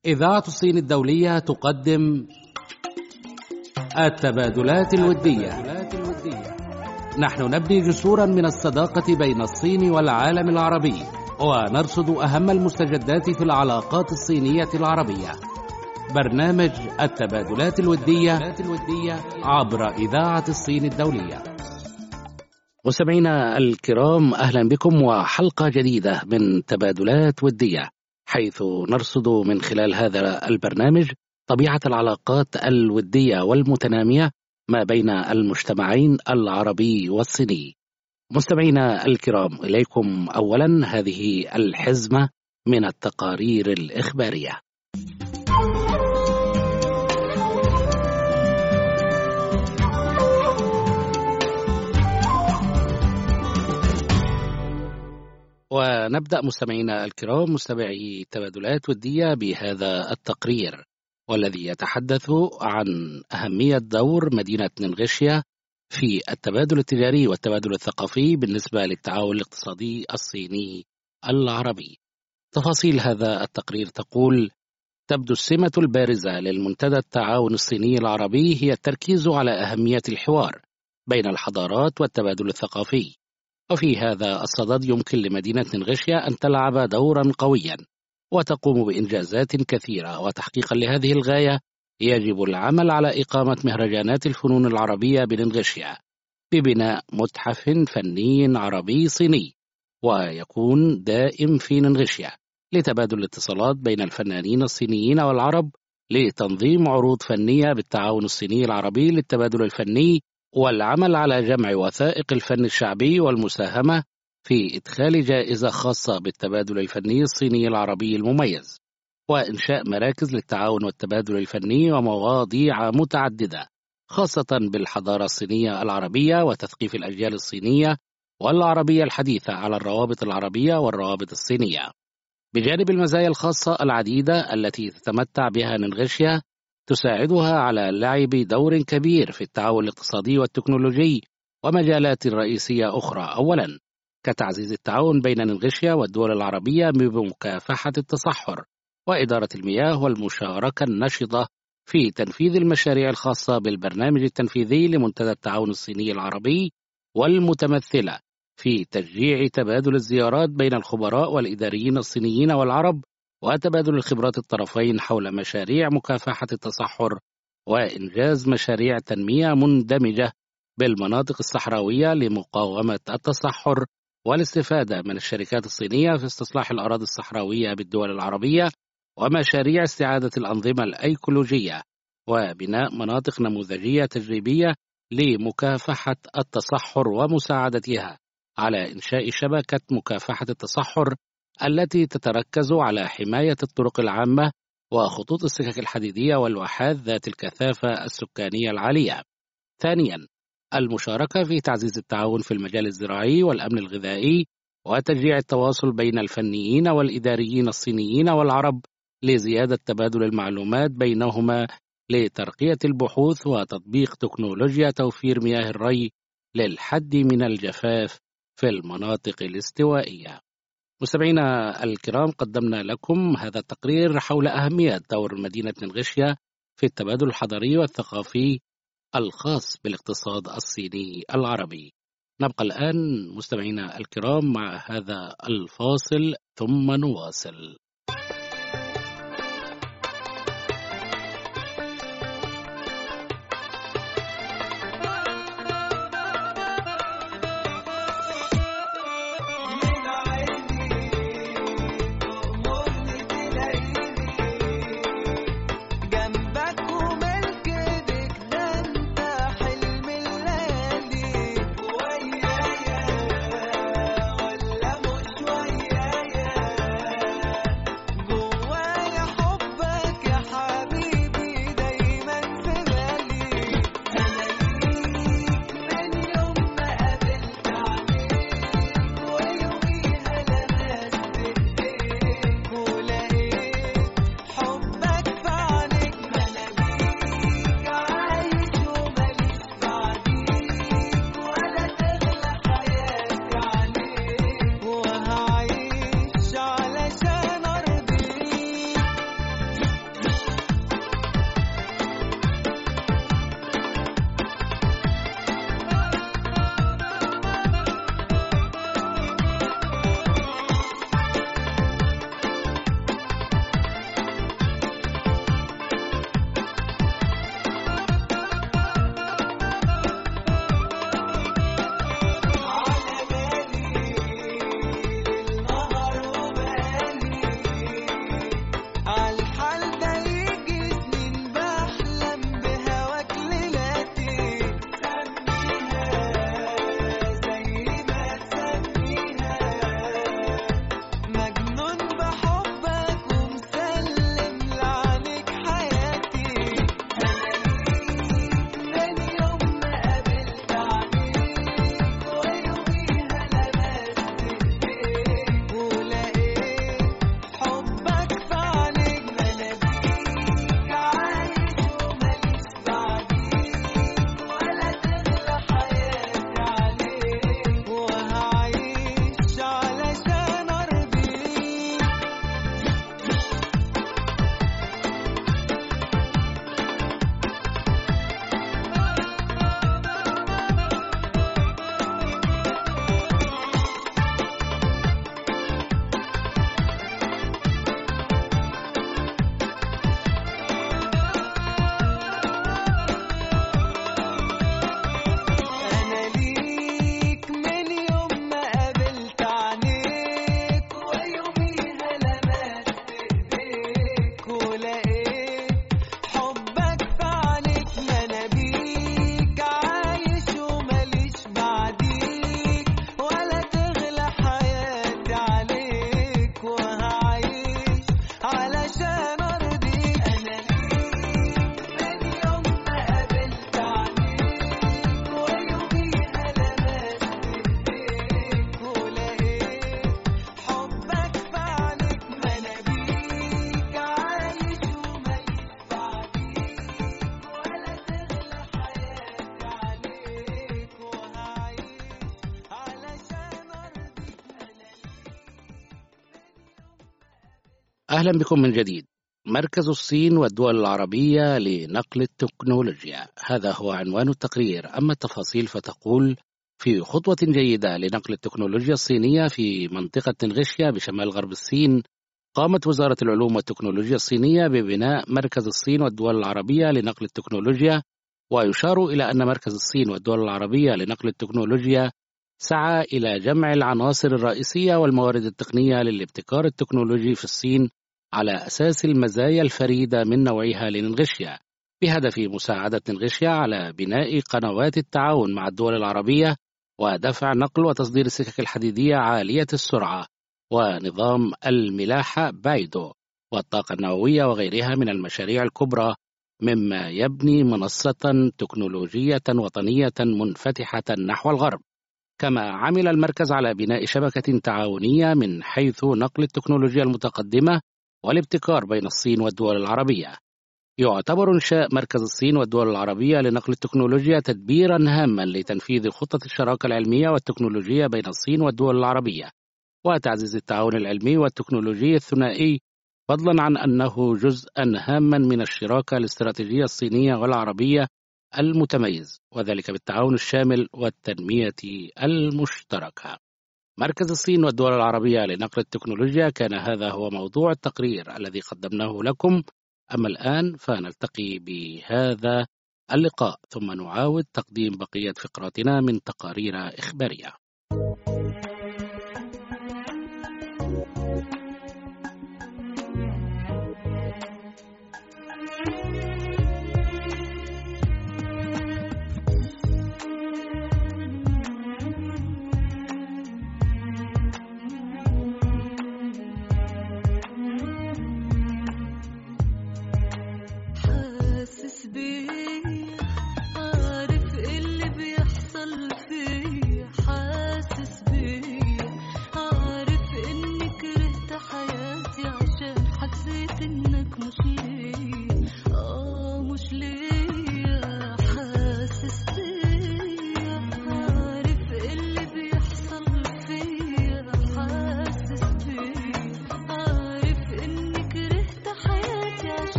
إذاعة الصين الدولية تقدم التبادلات الودية. نحن نبني جسورا من الصداقة بين الصين والعالم العربي، ونرصد أهم المستجدات في العلاقات الصينية العربية. برنامج التبادلات الودية عبر إذاعة الصين الدولية. مستمعينا الكرام، أهلا بكم وحلقة جديدة من تبادلات ودية، حيث نرصد من خلال هذا البرنامج طبيعة العلاقات الودية والمتنامية ما بين المجتمعين العربي والصيني. مستمعينا الكرام، إليكم أولا هذه الحزمة من التقارير الإخبارية. ونبدأ مستمعينا الكرام مستمعي تبادلات ودية بهذا التقرير، والذي يتحدث عن أهمية دور مدينة نينغشيا في التبادل التجاري والتبادل الثقافي بالنسبة للتعاون الاقتصادي الصيني العربي. تفاصيل هذا التقرير تقول: تبدو السمة البارزة للمنتدى التعاون الصيني العربي هي التركيز على أهمية الحوار بين الحضارات والتبادل الثقافي، وفي هذا الصدد يمكن لمدينة نينغشيا أن تلعب دورا قويا وتقوم بإنجازات كثيرة. وتحقيقا لهذه الغاية يجب العمل على إقامة مهرجانات الفنون العربية بنينغشيا ببناء متحف فني عربي صيني، ويكون دائم في نينغشيا لتبادل الاتصالات بين الفنانين الصينيين والعرب، لتنظيم عروض فنية بالتعاون الصيني العربي للتبادل الفني، والعمل على جمع وثائق الفن الشعبي والمساهمة في إدخال جائزة خاصة بالتبادل الفني الصيني العربي المميز، وإنشاء مراكز للتعاون والتبادل الفني ومواضيع متعددة خاصة بالحضارة الصينية العربية وتثقيف الأجيال الصينية والعربية الحديثة على الروابط العربية والروابط الصينية. بجانب المزايا الخاصة العديدة التي تتمتع بها نينغشيا، تساعدها على لعب دور كبير في التعاون الاقتصادي والتكنولوجي ومجالات رئيسية أخرى. أولا، كتعزيز التعاون بين نينغشيا والدول العربية بمكافحة التصحر وإدارة المياه، والمشاركة النشطة في تنفيذ المشاريع الخاصة بالبرنامج التنفيذي لمنتدى التعاون الصيني العربي، والمتمثلة في تشجيع تبادل الزيارات بين الخبراء والإداريين الصينيين والعرب، وتبادل الخبرات الطرفين حول مشاريع مكافحة التصحر وإنجاز مشاريع تنمية مندمجة بالمناطق الصحراوية لمقاومة التصحر، والاستفادة من الشركات الصينية في استصلاح الأراضي الصحراوية بالدول العربية، ومشاريع استعادة الأنظمة الأيكولوجية، وبناء مناطق نموذجية تجريبية لمكافحة التصحر ومساعدتها على إنشاء شبكة مكافحة التصحر التي تتركز على حماية الطرق العامة وخطوط السكك الحديدية والواحات ذات الكثافة السكانية العالية. ثانيا، المشاركة في تعزيز التعاون في المجال الزراعي والأمن الغذائي، وتشجيع التواصل بين الفنيين والإداريين الصينيين والعرب لزيادة تبادل المعلومات بينهما لترقية البحوث وتطبيق تكنولوجيا توفير مياه الري للحد من الجفاف في المناطق الاستوائية. مستمعينا الكرام، قدمنا لكم هذا التقرير حول أهمية دور مدينة نينغشيا في التبادل الحضاري والثقافي الخاص بالاقتصاد الصيني العربي. نبقى الآن مستمعينا الكرام مع هذا الفاصل ثم نواصل. أهلا بكم من جديد. مركز الصين والدول العربية لنقل التكنولوجيا، هذا هو عنوان التقرير. أما التفاصيل فتقول: في خطوة جيدة لنقل التكنولوجيا الصينية في منطقة نينغشيا بشمال غرب الصين، قامت وزارة العلوم والتكنولوجيا الصينية ببناء مركز الصين والدول العربية لنقل التكنولوجيا. ويشار إلى أن مركز الصين والدول العربية لنقل التكنولوجيا سعى إلى جمع العناصر الرئيسية والموارد التقنية للابتكار التكنولوجي في الصين على أساس المزايا الفريدة من نوعها لنينغشيا، بهدف مساعدة نينغشيا على بناء قنوات التعاون مع الدول العربية ودفع نقل وتصدير السكك الحديدية عالية السرعة ونظام الملاحة بايدو والطاقة النووية وغيرها من المشاريع الكبرى، مما يبني منصة تكنولوجية وطنية منفتحة نحو الغرب. كما عمل المركز على بناء شبكة تعاونية من حيث نقل التكنولوجيا المتقدمة والابتكار بين الصين والدول العربية. يعتبر إنشاء مركز الصين والدول العربية لنقل التكنولوجيا تدبيرا هاما لتنفيذ خطة الشراكة العلمية والتكنولوجية بين الصين والدول العربية وتعزيز التعاون العلمي والتكنولوجي الثنائي، فضلا عن أنه جزءا هاما من الشراكة الاستراتيجية الصينية والعربية المتميز، وذلك بالتعاون الشامل والتنمية المشتركة. مركز الصين والدول العربية لنقل التكنولوجيا، كان هذا هو موضوع التقرير الذي قدمناه لكم. أما الآن فنلتقي بهذا اللقاء ثم نعاود تقديم بقية فقراتنا من تقارير إخبارية.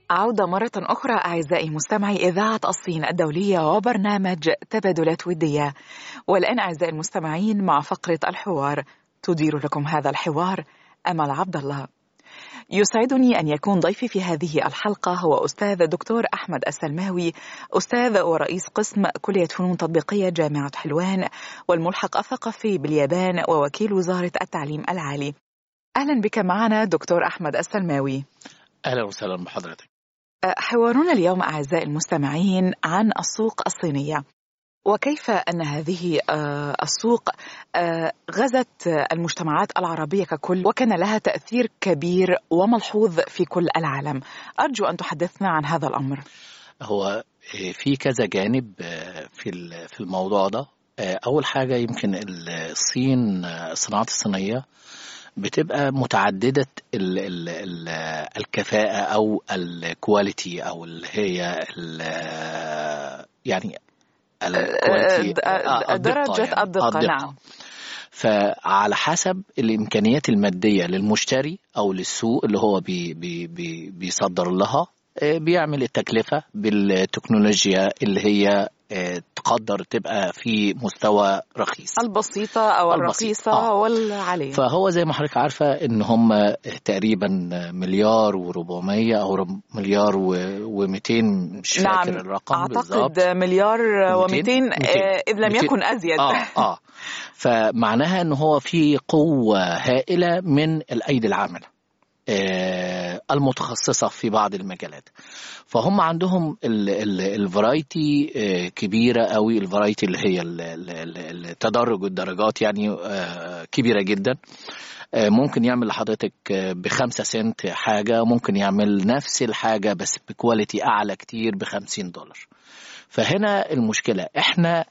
عودة مرة أخرى أعزائي مستمعي إذاعة الصين الدولية وبرنامج تبادلات ودية. والآن أعزائي المستمعين مع فقرة الحوار، تدير لكم هذا الحوار أمل عبد الله. يسعدني أن يكون ضيفي في هذه الحلقة هو أستاذ دكتور أحمد السلماوي، أستاذ ورئيس قسم كلية فنون تطبيقية جامعة حلوان، والملحق الثقافي باليابان، ووكيل وزارة التعليم العالي. أهلا بك معنا دكتور أحمد السلماوي. أهلا وسهلا بحضرتك. حوارنا اليوم أعزائي المستمعين عن السوق الصينية، وكيف أن هذه السوق غزت المجتمعات العربية ككل، وكان لها تأثير كبير وملحوظ في كل العالم. أرجو أن تحدثنا عن هذا الأمر. هو في كذا جانب في الموضوع ده. أول حاجة يمكن الصين، الصناعات الصينية بتبقى متعددة الكفاءة أو الكواليتي، أو اللي هي يعني الكواليتي، درجة الدقة. نعم. فعلى حسب الإمكانيات المادية للمشتري أو للسوق اللي هو بيصدر لها، بيعمل التكلفة بالتكنولوجيا اللي هي تقدر تبقى في مستوى رخيص، البسيطة أو الرخيصة والعالية. فهو زي ما حضرتك عارفة إن هم تقريبا مليار و400 أو مليار و200، مش فاكر الرقم أعتقد بالظبط. مليار و200 إذ لم يكن أزيد. فمعناها إن هو في قوة هائلة من الأيدي العاملة المتخصصة في بعض المجالات. فهم عندهم الفرايتي كبيرة قوي، الفرايتي اللي هي التدرج والدرجات يعني كبيرة جدا. ممكن يعمل لحضرتك ب5 سنت حاجة، ممكن يعمل نفس الحاجة بس بكواليتي أعلى كتير $50. فهنا المشكلة إحنا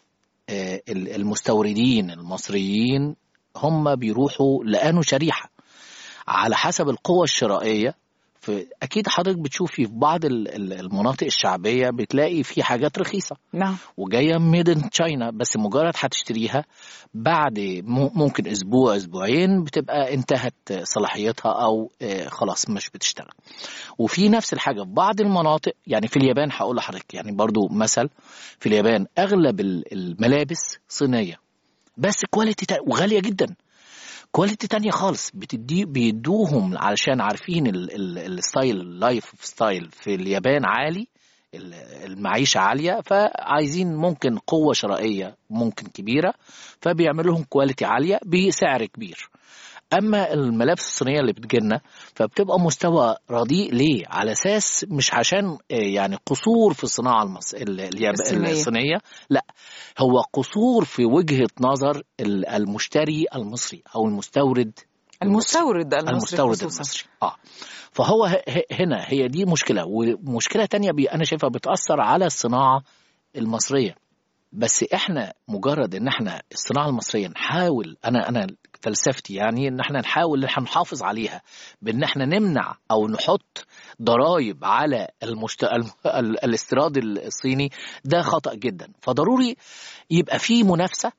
المستوردين المصريين هم بيروحوا لقانوا شريحة على حسب القوة الشرائية. أكيد حضرتك بتشوفي في بعض المناطق الشعبية بتلاقي في حاجات رخيصة، نعم، وجاية ميدن تشاينا، بس مجرد هتشتريها بعد ممكن أسبوع أسبوعين بتبقى انتهت صلاحيتها أو خلاص مش بتشتغل. وفي نفس الحاجة في بعض المناطق، يعني في اليابان هقول لحضرتك يعني برضو مثل، في اليابان أغلب الملابس صينية بس كواليتي وغالية جدا، كواليتي تانية خالص. بيدوهم علشان عارفين الستايل، اللايف ستايل في اليابان عالي، المعيشة عالية، فعايزين ممكن قوة شرائية ممكن كبيرة، فبيعملوا لهم كواليتي عالية بسعر كبير. أما الملابس الصينية اللي بتجينا فبتبقى مستوى رديء. ليه؟ على أساس مش عشان يعني قصور في الصناعة الصينية، لا، هو قصور في وجهة نظر المشتري المصري أو المستورد المصري. فهو هنا هي دي مشكلة. ومشكلة تانية أنا شايفها بتأثر على الصناعة المصرية. بس احنا مجرد ان احنا الصناعة المصرية نحاول، انا فلسفتي يعني ان احنا نحاول ان احنا نحافظ عليها بان احنا نمنع او نحط ضرائب على الاستيراد الصيني، ده خطأ جدا. فضروري يبقى فيه منافسة،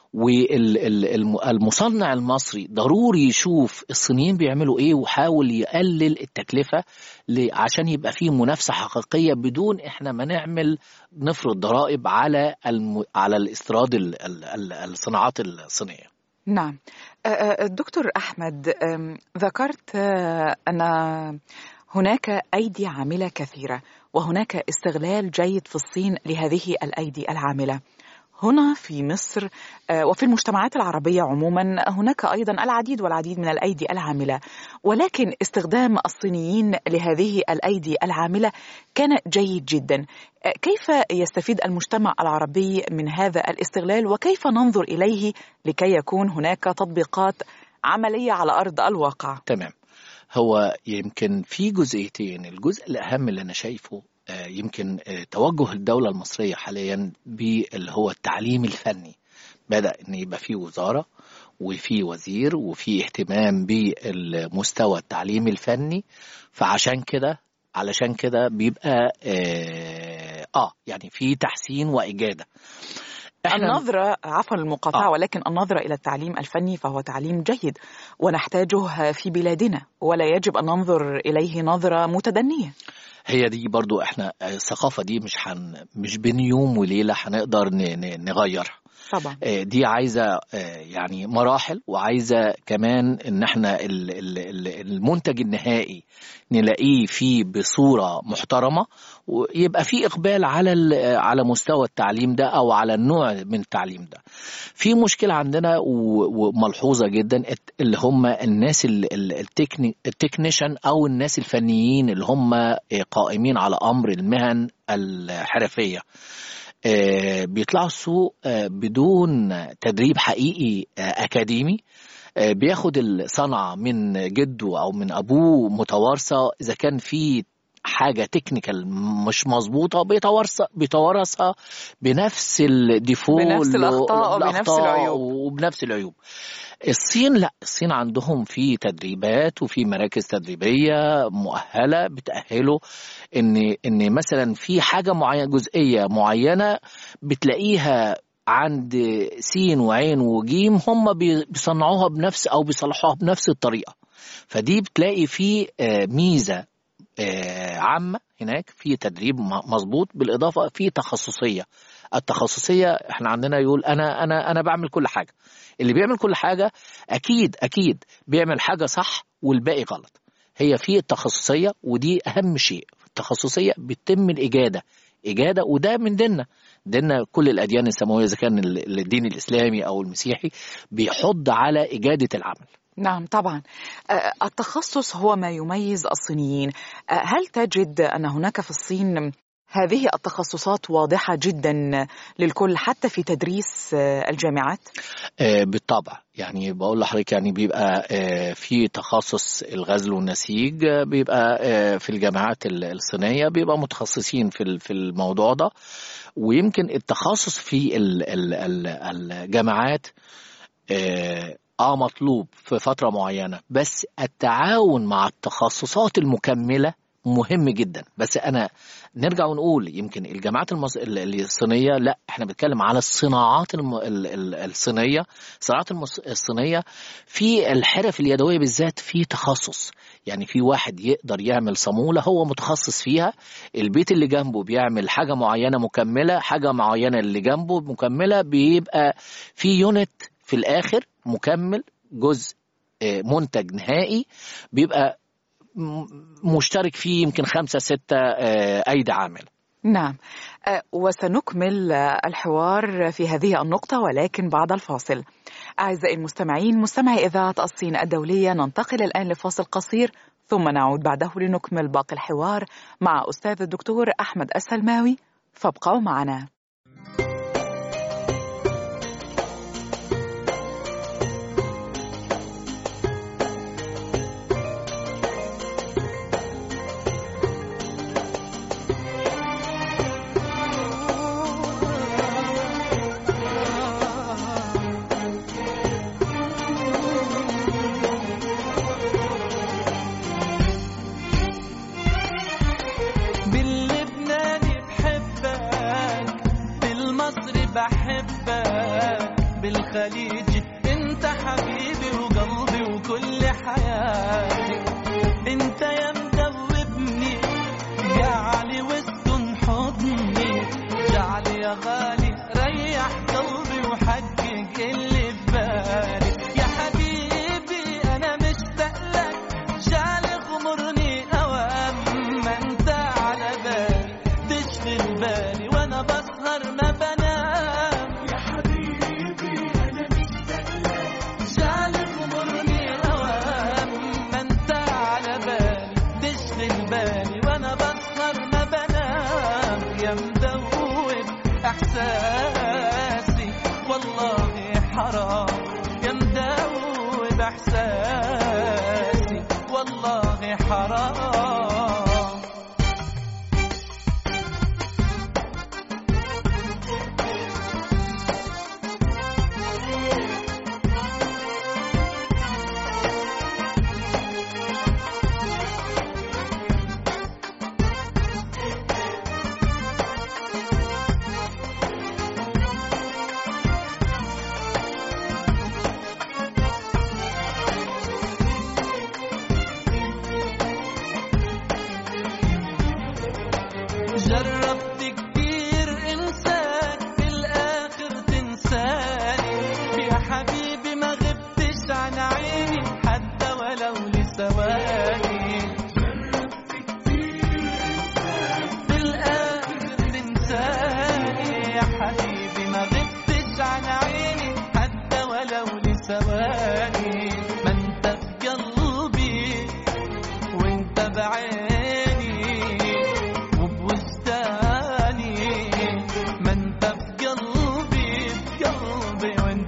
والمصنع المصري ضروري يشوف الصينيين بيعملوا ايه وحاول يقلل التكلفة عشان يبقى فيه منافسة حقيقية بدون احنا ما نفرض ضرائب على الاستيراد الصناعات الصينية. نعم. الدكتور أحمد، ذكرت أن هناك أيدي عاملة كثيرة، وهناك استغلال جيد في الصين لهذه الأيدي العاملة. هنا في مصر وفي المجتمعات العربية عموما هناك أيضا العديد والعديد من الأيدي العاملة، ولكن استخدام الصينيين لهذه الأيدي العاملة كان جيد جدا. كيف يستفيد المجتمع العربي من هذا الاستغلال، وكيف ننظر إليه لكي يكون هناك تطبيقات عملية على أرض الواقع؟ تمام. هو يمكن في جزئيتين. الجزء الأهم اللي أنا شايفه يمكن توجه الدولة المصرية حاليا باللي هو التعليم الفني. بدأ أن يبقى فيه وزارة وفي وزير وفي اهتمام بالمستوى التعليم الفني. فعشان كده بيبقى يعني في تحسين وإجادة. النظرة، عفوا المقاطعة، ولكن النظرة إلى التعليم الفني فهو تعليم جيد ونحتاجه في بلادنا، ولا يجب أن ننظر إليه نظرة متدنية. هي دي برضو احنا الثقافة دي مش بين يوم وليلة هنقدر نغيرها طبعا. دي عايزة يعني مراحل، وعايزة كمان ان احنا المنتج النهائي نلاقيه فيه بصورة محترمة، ويبقى فيه اقبال على مستوى التعليم ده او على النوع من التعليم ده. في مشكلة عندنا وملحوظة جدا، اللي هم الناس التكنيشن او الناس الفنيين اللي هم قائمين على امر المهن الحرفية، بيطلعوا السوق بدون تدريب حقيقي أكاديمي، بياخد الصنعة من جده أو من أبوه متوارثة. إذا كان في حاجة تكنيكال مش مظبوطة بيتوارثها بنفس الديفو، بنفس الأخطاء وبنفس العيوب وبنفس العيوب. الصين لا، الصين عندهم في تدريبات وفي مراكز تدريبية مؤهلة بتأهله ان مثلا في حاجة معينة، جزئية معينة بتلاقيها عند سين وعين وجيم هم بيصنعوها بنفس او بيصلحوها بنفس الطريقة. فدي بتلاقي في ميزة عامة هناك، في تدريب مظبوط، بالإضافة في تخصصية. التخصصية احنا عندنا يقول أنا بعمل كل حاجة. اللي بيعمل كل حاجة أكيد بيعمل حاجة صح والباقي غلط. هي في التخصصية، ودي أهم شيء. التخصصية بتتم الإجادة، وده من ديننا كل الأديان السماوية، إذا كان الدين الإسلامي أو المسيحي، بيحض على إجادة العمل. نعم طبعا. التخصص هو ما يميز الصينيين. هل تجد أن هناك في الصين هذه التخصصات واضحة جدا للكل حتى في تدريس الجامعات؟ بالطبع، يعني بقول لحضرتك، يعني بيبقى في تخصص الغزل والنسيج، بيبقى في الجامعات الصينية بيبقى متخصصين في الموضوع ده. ويمكن التخصص في الجامعات مطلوب في فترة معينة، بس التعاون مع التخصصات المكملة مهم جدا. بس أنا نرجع ونقول يمكن الجامعات الصينية لا، احنا بنتكلم على الصناعات الصينية. الصناعات الصينية في الحرف اليدوية بالذات في تخصص، يعني في واحد يقدر يعمل صامولة هو متخصص فيها، البيت اللي جنبه بيعمل حاجة معينة مكملة، حاجة معينة اللي جنبه مكملة، بيبقى في يونت في الآخر مكمل، جزء منتج نهائي بيبقى مشترك فيه يمكن 5-6 أيدي عامل. نعم، وسنكمل الحوار في هذه النقطة ولكن بعد الفاصل. أعزائي المستمعين، مستمعي إذاعة الصين الدولية، ننتقل الآن لفاصل قصير ثم نعود بعده لنكمل باقي الحوار مع أستاذ الدكتور أحمد السلماوي، فابقوا معنا. بالخليج انت حبيبي وقلبي وكل حياتي، انت يا مدوبني جعلي وسط حضني، جعلي يا غالي ريح قلبي وحقق اللي في بالي. يا حبيبي انا مشتاق لك، جعلي غمرني اوام، ما انت على بالي تشغل بالي وانا بسهر ما بنام. يا حبيبي انا مشتاق لك، جعلي غمرني اوام، ما انت على بالي تشغل بالي وانا بسهر ما بنام. يا مدوب احساسي والله حرام، يا مدوب احساسي والله حرام.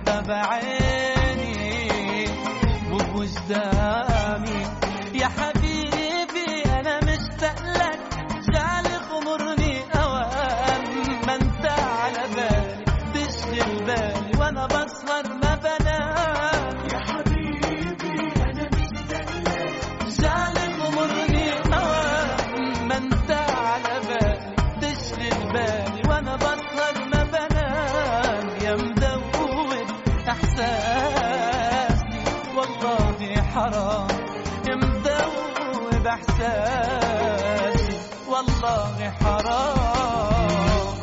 وانت بعيني وبوجداني يا حبيبي انا مشتاق لك جعلي غمرني اوام ما انت على بالي تشغل بالي وانا بسهر ما بنام يا حبيبي انا مشتاق لك جعلي غمرني اوام ما انت على بالي تشغل بالي وانا بسهر ما بنام يا مدوب احساسي والله حرام يا مدوب احساسي والله حرام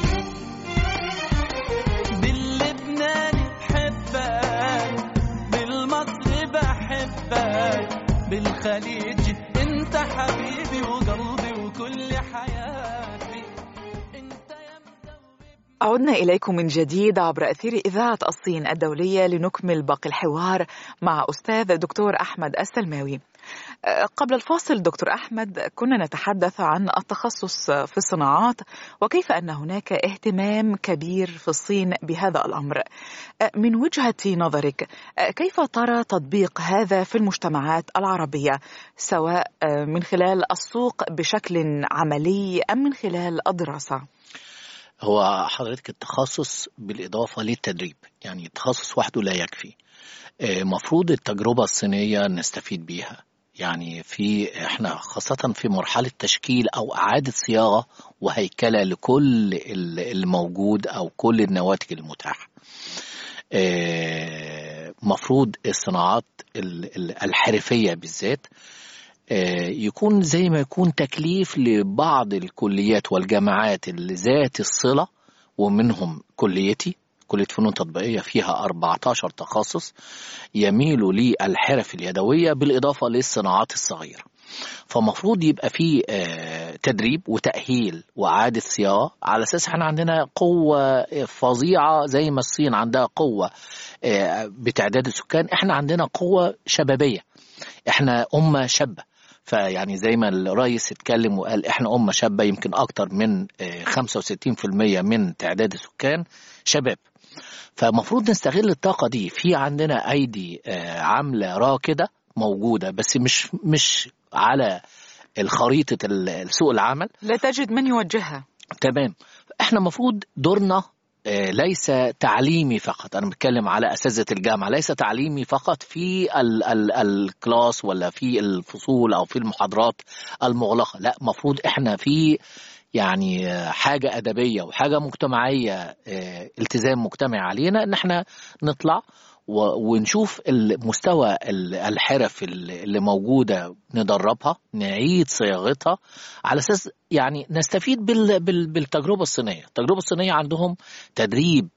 باللبناني بحبك بالمصري بحبك بالخليجي انت حبيبي وقلبي وكل حياتي انت يا مدوب. عدنا إليكم من جديد عبر أثير إذاعة الصين الدولية لنكمل باقي الحوار مع أستاذ دكتور أحمد السلماوي. قبل الفاصل دكتور أحمد كنا نتحدث عن التخصص في الصناعات وكيف أن هناك اهتمام كبير في الصين بهذا الأمر. من وجهة نظرك كيف ترى تطبيق هذا في المجتمعات العربية سواء من خلال السوق بشكل عملي أم من خلال الدراسة؟ هو حضرتك التخصص بالإضافة للتدريب، يعني التخصص وحده لا يكفي. مفروض التجربة الصينية نستفيد بيها، يعني احنا خاصة في مرحلة تشكيل أو إعادة صياغة وهيكلة لكل الموجود أو كل النواتج المتاحة. مفروض الصناعات الحرفية بالذات يكون زي ما يكون تكليف لبعض الكليات والجامعات اللي ذات الصلة، ومنهم كليتي كلية فنون تطبيقية فيها 14 تخصص يميلوا للحرف اليدوية بالإضافة للصناعات الصغيرة. فمفروض يبقى فيه تدريب وتأهيل وإعادة صياغة، على أساس احنا عندنا قوة فظيعة زي ما الصين عندها قوة بتعداد السكان، احنا عندنا قوة شبابية، احنا أمة شابة. فيعني زي ما الرئيس اتكلم وقال احنا أمة شابة، يمكن أكتر من 65% من تعداد السكان شباب. فمفروض نستغل الطاقة دي. في عندنا أيدي عاملة راكدة موجودة، بس مش على الخريطة سوق العمل، لا تجد من يوجهها. تمام. احنا مفروض دورنا ليس تعليمي فقط، أنا بتكلم على أساتذة الجامعة، ليس تعليمي فقط في الكلاس ولا في الفصول أو في المحاضرات المغلقة، لا، مفروض إحنا في يعني حاجة أدبية وحاجة مجتمعية، التزام مجتمعي علينا إن إحنا نطلع ونشوف المستوى الحرف اللي موجودة، ندربها، نعيد صياغتها على أساس يعني نستفيد بالتجربة الصينية. التجربة الصينية عندهم تدريب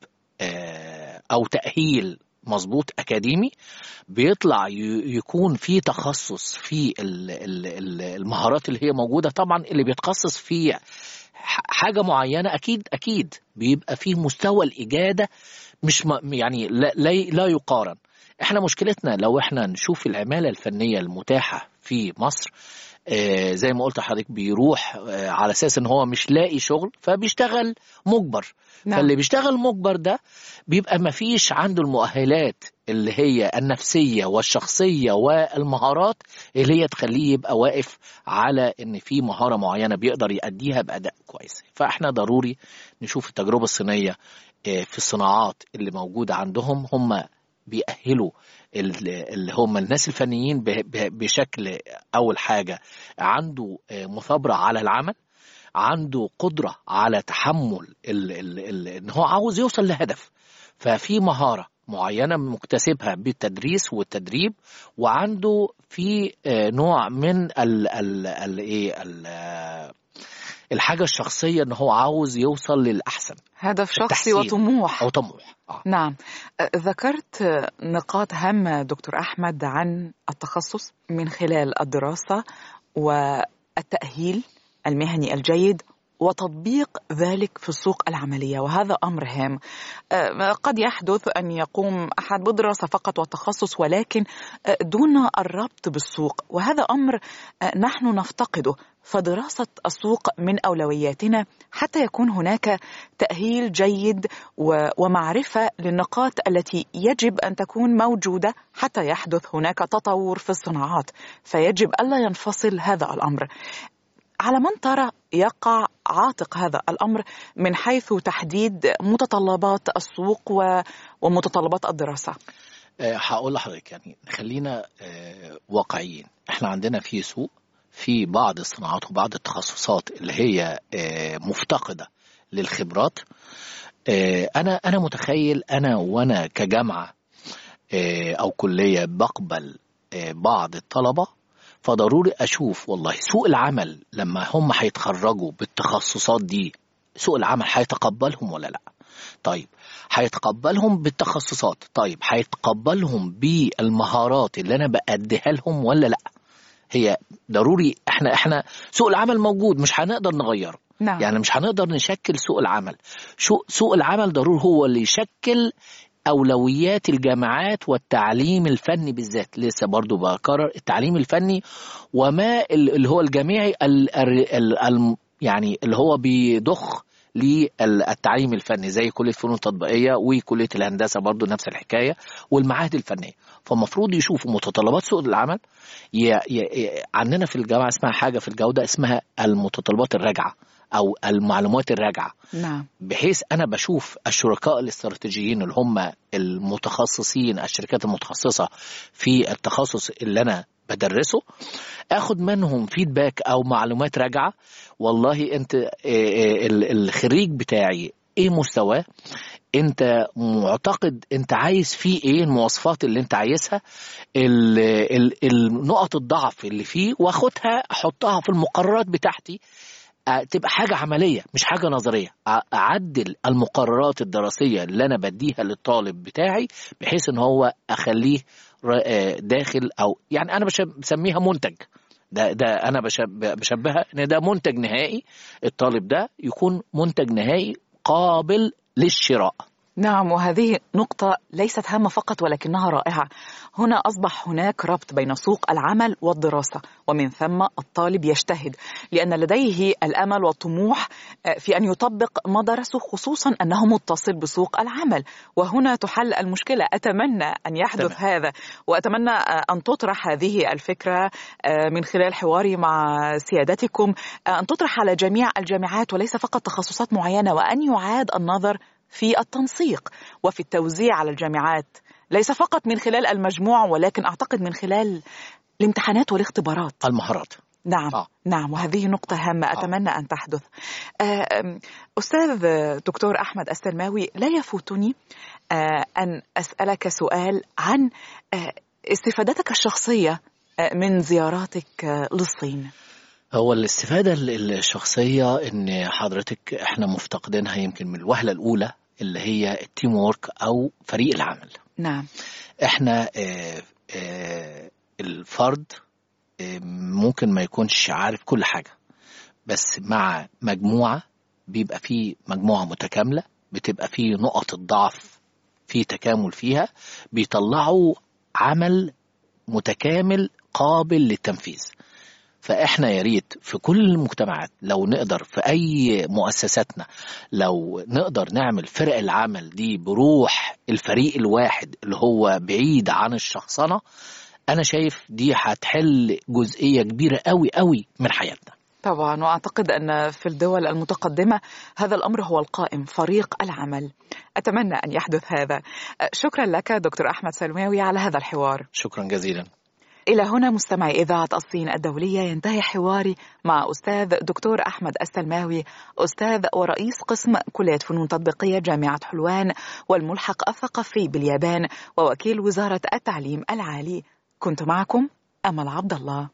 أو تأهيل مظبوط أكاديمي، بيطلع يكون في تخصص في المهارات اللي هي موجودة. طبعا اللي بيتخصص في حاجة معينة أكيد بيبقى فيه مستوى الإجادة مش يعني لا يقارن. احنا مشكلتنا لو احنا نشوف العمالة الفنية المتاحة في مصر، زي ما قلت لحضرتك بيروح على اساس ان هو مش لاقي شغل فبيشتغل مجبر. نعم. فاللي بيشتغل مجبر ده بيبقى ما فيش عنده المؤهلات اللي هي النفسية والشخصية والمهارات اللي هي تخليه يبقى واقف على ان في مهارة معينة بيقدر يأديها بأداء كويس. فاحنا ضروري نشوف التجربة الصينية في الصناعات اللي موجودة عندهم. هم بيأهلوا اللي هم الناس الفنيين بشكل أول حاجة عنده مثابرة على العمل، عنده قدرة على تحمل إن هو عاوز يوصل لهدف، ففي مهارة معينة مكتسبها بالتدريس والتدريب، وعنده في نوع من الحاجة الشخصية إن هو عاوز يوصل للأحسن، هدف شخصي وطموح أو طموح. نعم. ذكرت نقاط هامة دكتور أحمد عن التخصص من خلال الدراسة والتأهيل المهني الجيد وتطبيق ذلك في السوق العملية، وهذا أمر هام. قد يحدث أن يقوم أحد بدراسة فقط والتخصص ولكن دون الربط بالسوق، وهذا أمر نحن نفتقده. فدراسة السوق من أولوياتنا حتى يكون هناك تأهيل جيد ومعرفة للنقاط التي يجب أن تكون موجودة حتى يحدث هناك تطور في الصناعات، فيجب ألا ينفصل هذا الأمر. على من ترى يقع عاتق هذا الأمر من حيث تحديد متطلبات السوق ومتطلبات الدراسة؟ هقول لحضرتك، يعني خلينا واقعيين. احنا عندنا في سوق في بعض الصناعات وبعض التخصصات اللي هي مفتقدة للخبرات. أنا متخيل وأنا كجامعة أو كلية بقبل بعض الطلبة، فضروري أشوف والله سوق العمل لما هم هيتخرجوا بالتخصصات دي سوق العمل هيتقبلهم ولا لأ. طيب هيتقبلهم بالتخصصات، طيب هيتقبلهم بالمهارات اللي أنا بأديها لهم ولا لأ. هي ضروري احنا سوق العمل موجود، مش هنقدر نغيره. نعم. يعني مش هنقدر نشكل سوق العمل. سوق العمل ضروري هو اللي يشكل أولويات الجامعات والتعليم الفني بالذات. لسه برضو بكرر التعليم الفني وما اللي هو الجامعي يعني اللي هو بيضخ للتعليم الفني زي كلية فنون تطبيقية وكلية الهندسة برضو نفس الحكاية والمعاهد الفنية. فالمفروض يشوفوا متطلبات سوق العمل. عندنا في الجامعة اسمها حاجة في الجودة اسمها المتطلبات الراجعة أو المعلومات الراجعة. نعم. بحيث أنا بشوف الشركاء الاستراتيجيين اللي هم المتخصصين، الشركات المتخصصة في التخصص اللي أنا بدرسه، اخد منهم فيدباك او معلومات راجعه. والله انت الخريج بتاعي ايه مستواه، انت معتقد انت عايز فيه ايه، المواصفات اللي انت عايزها، النقط الضعف اللي فيه، واخدها احطها في المقررات بتاعتي. تبقى حاجة عملية مش حاجة نظرية. أعدل المقررات الدراسية اللي أنا بديها للطالب بتاعي بحيث أن هو أخليه داخل، أو يعني أنا بسميها منتج. ده أنا بشبهها أن ده منتج نهائي. الطالب ده يكون منتج نهائي قابل للشراء. نعم، وهذه نقطة ليست هامة فقط ولكنها رائعة. هنا أصبح هناك ربط بين سوق العمل والدراسة، ومن ثم الطالب يجتهد لأن لديه الأمل والطموح في أن يطبق ما درسه، خصوصا أنه متصل بسوق العمل. وهنا تحل المشكلة. أتمنى أن يحدث هذا، وأتمنى أن تطرح هذه الفكرة من خلال حواري مع سيادتكم، أن تطرح على جميع الجامعات وليس فقط تخصصات معينة، وأن يعاد النظر في التنسيق وفي التوزيع على الجامعات، ليس فقط من خلال المجموع ولكن أعتقد من خلال الامتحانات والاختبارات، المهارات. نعم. نعم، وهذه نقطة هامة أتمنى أن تحدث. أستاذ دكتور أحمد السلماوي، لا يفوتني أن أسألك سؤال عن استفادتك الشخصية من زياراتك للصين. هو الاستفادة الشخصية ان حضرتك احنا مفتقدينها يمكن من الوهلة الاولى، اللي هي التيم وورك او فريق العمل. نعم. احنا الفرد ممكن ما يكونش عارف كل حاجة، بس مع مجموعة بيبقى فيه مجموعة متكاملة، بتبقى فيه نقط الضعف في تكامل فيها، بيطلعوا عمل متكامل قابل للتنفيذ. فإحنا يا ريت في كل المجتمعات لو نقدر في أي مؤسساتنا لو نقدر نعمل فرق العمل دي بروح الفريق الواحد اللي هو بعيد عن الشخصنة، أنا شايف دي هتحل جزئية كبيرة قوي قوي من حياتنا. طبعا، وأعتقد أن في الدول المتقدمة هذا الأمر هو القائم، فريق العمل. أتمنى أن يحدث هذا. شكرا لك دكتور أحمد سلماوي على هذا الحوار. شكرا جزيلا. إلى هنا مستمعي إذاعة الصين الدولية ينتهي حواري مع أستاذ دكتور أحمد السلماوي، أستاذ ورئيس قسم كلية فنون تطبيقية جامعة حلوان والملحق الثقافي باليابان ووكيل وزارة التعليم العالي. كنت معكم أمل عبد الله.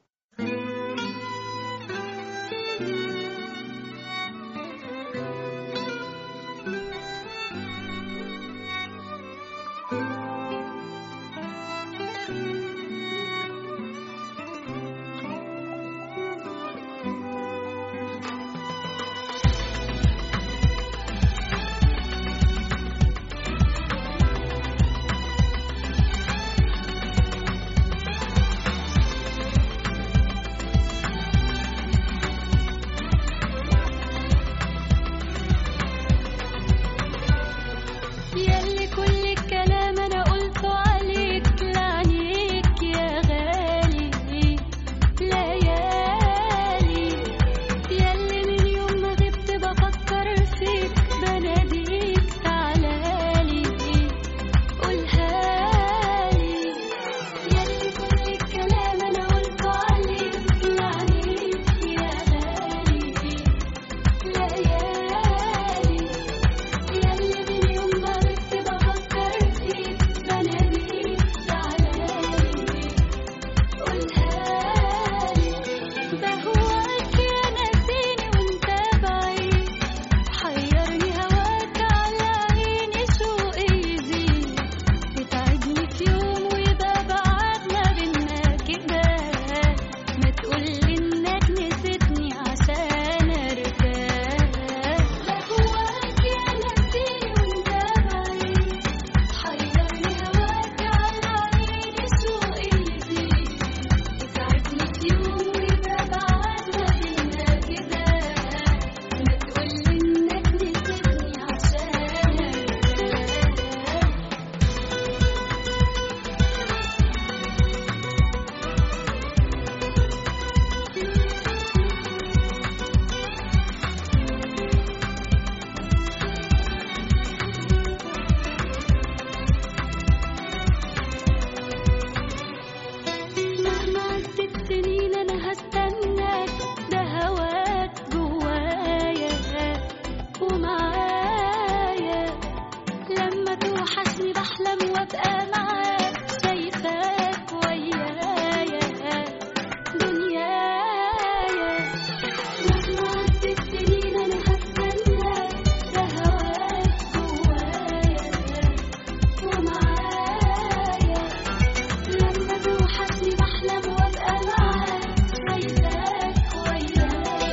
معاك شايفاك ويايا دنيايا. مهما عدت سنين أنا هستناك، ده هواك جوايا ومعايا. لما توحشني بحلم وابقى معاك شايفاك ويايا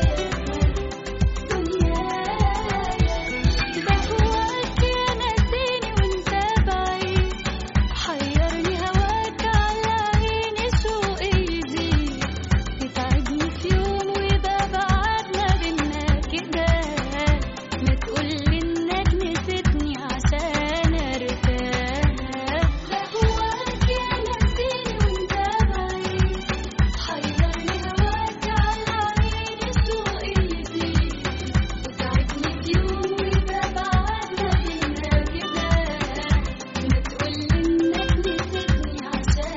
دنيايا. ده هواك يا ناسيني وانت بعيد، حيرني هواك على عيني شوقي يزيد. تتعبني في يوم ويبقى بعدنا بينا كده، ما تقولي انك نسيتني عشان ارتاح. ده هواك يا ناسيني وانت بعيد، حيرني هواك على عيني شوقي يزيد. تتعبني في يوم ويبقى بعدنا بينا كده، ما تقولي انك نسيتني عشان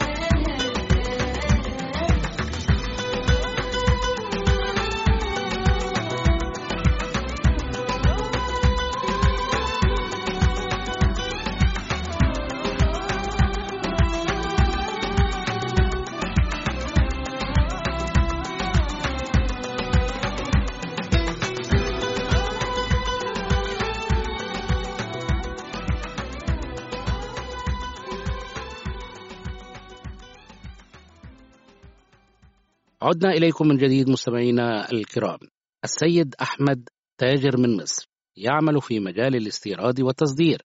عدنا إليكم من جديد مستمعينا الكرام. السيد أحمد تاجر من مصر، يعمل في مجال الاستيراد والتصدير،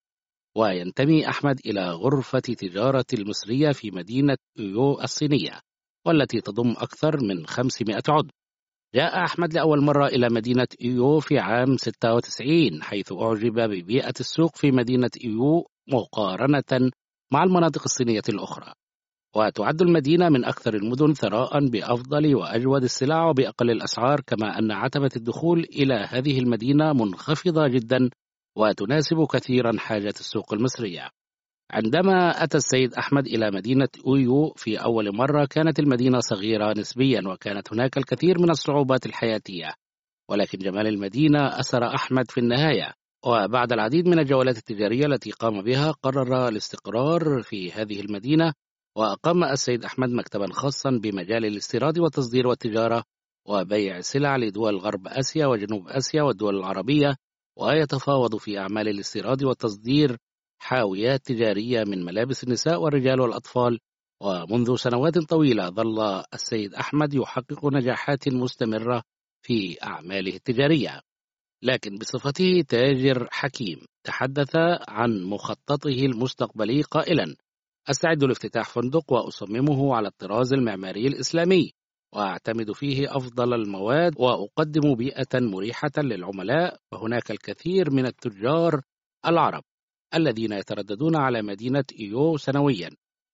وينتمي أحمد إلى غرفة تجارة المصرية في مدينة أويو الصينية، والتي تضم أكثر من 500 عضو. جاء أحمد لأول مرة إلى مدينة أويو في عام 96، حيث أعجب ببيئة السوق في مدينة أويو مقارنة مع المناطق الصينية الأخرى. وتعد المدينة من أكثر المدن ثراء بأفضل وأجود السلع وبأقل الأسعار، كما أن عتبة الدخول إلى هذه المدينة منخفضة جدا وتناسب كثيرا حاجة السوق المصرية. عندما أتى السيد أحمد إلى مدينة أويو في أول مرة، كانت المدينة صغيرة نسبيا، وكانت هناك الكثير من الصعوبات الحياتية، ولكن جمال المدينة أسر أحمد في النهاية. وبعد العديد من الجولات التجارية التي قام بها، قرر الاستقرار في هذه المدينة، وأقام السيد أحمد مكتبا خاصا بمجال الاستيراد والتصدير والتجارة وبيع سلع لدول غرب آسيا وجنوب آسيا والدول العربية، ويتفاوض في أعمال الاستيراد والتصدير حاويات تجارية من ملابس النساء والرجال والأطفال. ومنذ سنوات طويلة ظل السيد أحمد يحقق نجاحات مستمرة في أعماله التجارية، لكن بصفته تاجر حكيم تحدث عن مخططه المستقبلي قائلا: أستعد لافتتاح فندق وأصممه على الطراز المعماري الإسلامي، وأعتمد فيه أفضل المواد، وأقدم بيئة مريحة للعملاء. فهناك الكثير من التجار العرب الذين يترددون على مدينة أويو سنويا،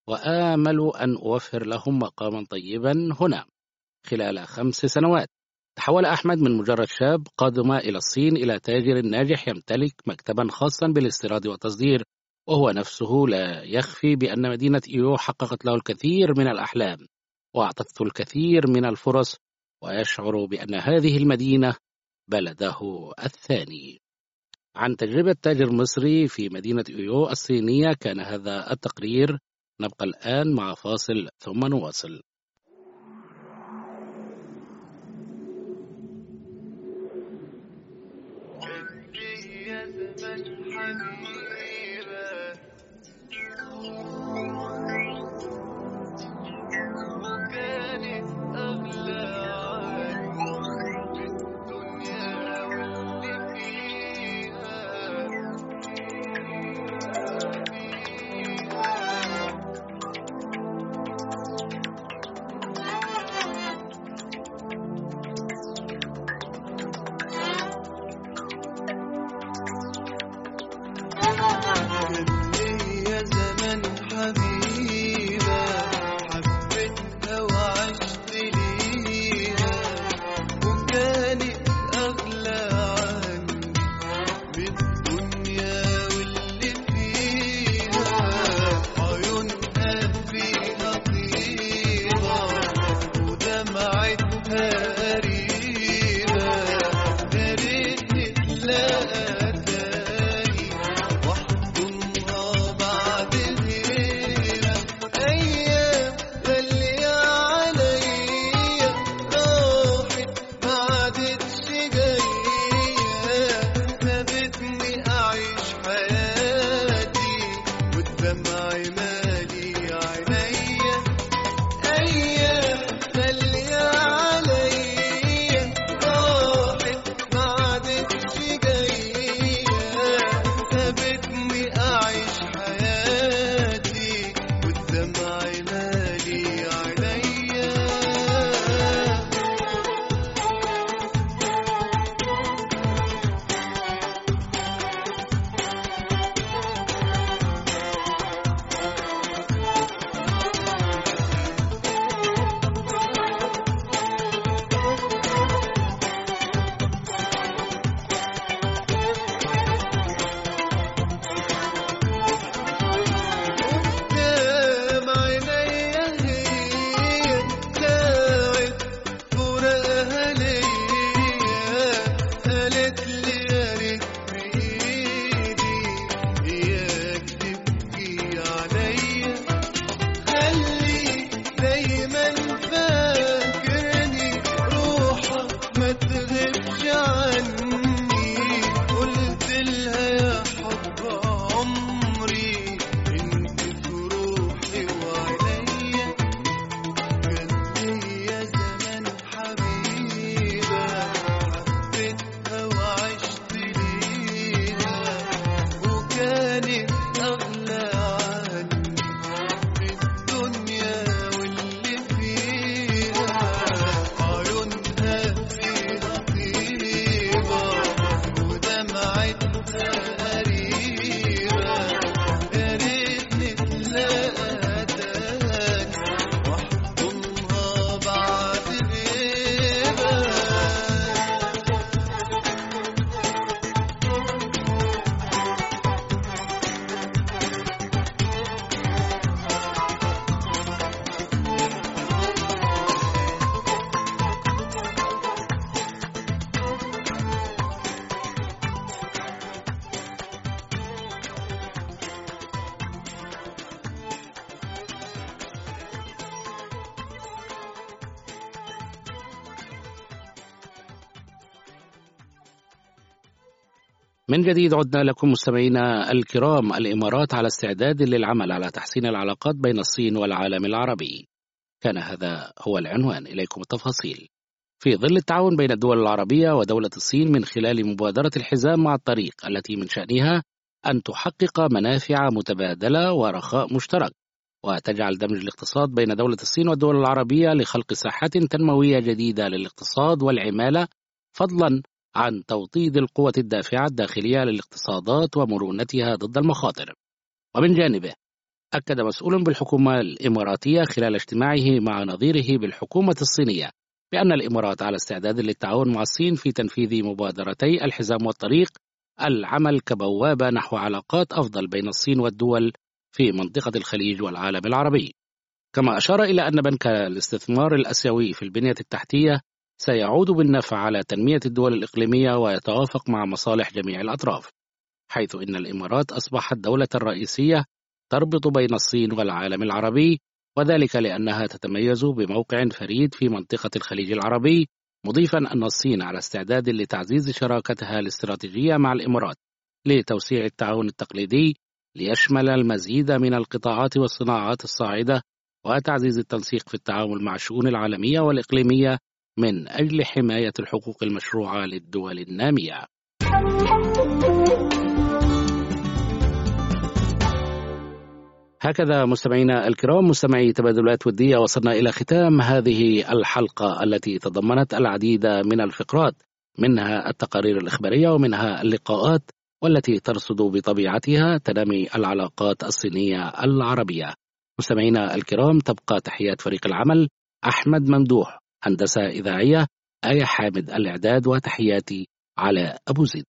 وآمل أن أوفر لهم مقاما طيبا هنا. خلال 5 سنوات تحول أحمد من مجرد شاب قادم إلى الصين إلى تاجر ناجح يمتلك مكتبا خاصا بالاستيراد والتصدير، وهو نفسه لا يخفي بأن مدينة أويو حققت له الكثير من الأحلام وأعطته الكثير من الفرص، ويشعر بأن هذه المدينة بلده الثاني. عن تجربة تاجر مصري في مدينة أويو الصينية كان هذا التقرير. نبقى الآن مع فاصل ثم نواصل. من جديد عدنا لكم مستمعينا الكرام. الإمارات على استعداد للعمل على تحسين العلاقات بين الصين والعالم العربي. كان هذا هو العنوان، إليكم التفاصيل. في ظل التعاون بين الدول العربية ودولة الصين من خلال مبادرة الحزام مع الطريق التي من شأنها أن تحقق منافع متبادلة ورخاء مشترك، وتجعل دمج الاقتصاد بين دولة الصين والدول العربية لخلق ساحات تنموية جديدة للاقتصاد والعمالة، فضلا عن توطيد القوة الدافعة الداخلية للاقتصادات ومرونتها ضد المخاطر. ومن جانبه أكد مسؤول بالحكومة الإماراتية خلال اجتماعه مع نظيره بالحكومة الصينية بأن الإمارات على استعداد للتعاون مع الصين في تنفيذ مبادرتي الحزام والطريق، العمل كبوابة نحو علاقات أفضل بين الصين والدول في منطقة الخليج والعالم العربي. كما أشار إلى أن بنك الاستثمار الآسيوي في البنية التحتية سيعود بالنفع على تنمية الدول الإقليمية ويتوافق مع مصالح جميع الأطراف، حيث إن الإمارات أصبحت دولة رئيسية تربط بين الصين والعالم العربي، وذلك لأنها تتميز بموقع فريد في منطقة الخليج العربي، مضيفا أن الصين على استعداد لتعزيز شراكتها الاستراتيجية مع الإمارات لتوسيع التعاون التقليدي ليشمل المزيد من القطاعات والصناعات الصاعدة، وتعزيز التنسيق في التعامل مع الشؤون العالمية والإقليمية من أجل حماية الحقوق المشروعة للدول النامية. هكذا مستمعينا الكرام، مستمعي تبادلات ودية، وصلنا إلى ختام هذه الحلقة التي تضمنت العديد من الفقرات، منها التقارير الإخبارية ومنها اللقاءات، والتي ترصد بطبيعتها تنامي العلاقات الصينية العربية. مستمعينا الكرام، تبقى تحيات فريق العمل: أحمد ممدوح هندسة إذاعية، آية حامد الإعداد، وتحياتي على أبو زيد.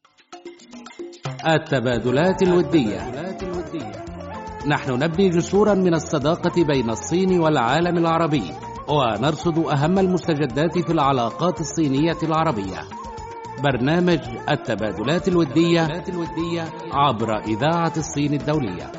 التبادلات الودية. نحن نبني جسورا من الصداقة بين الصين والعالم العربي، ونرصد أهم المستجدات في العلاقات الصينية العربية. برنامج التبادلات الودية عبر إذاعة الصين الدولية.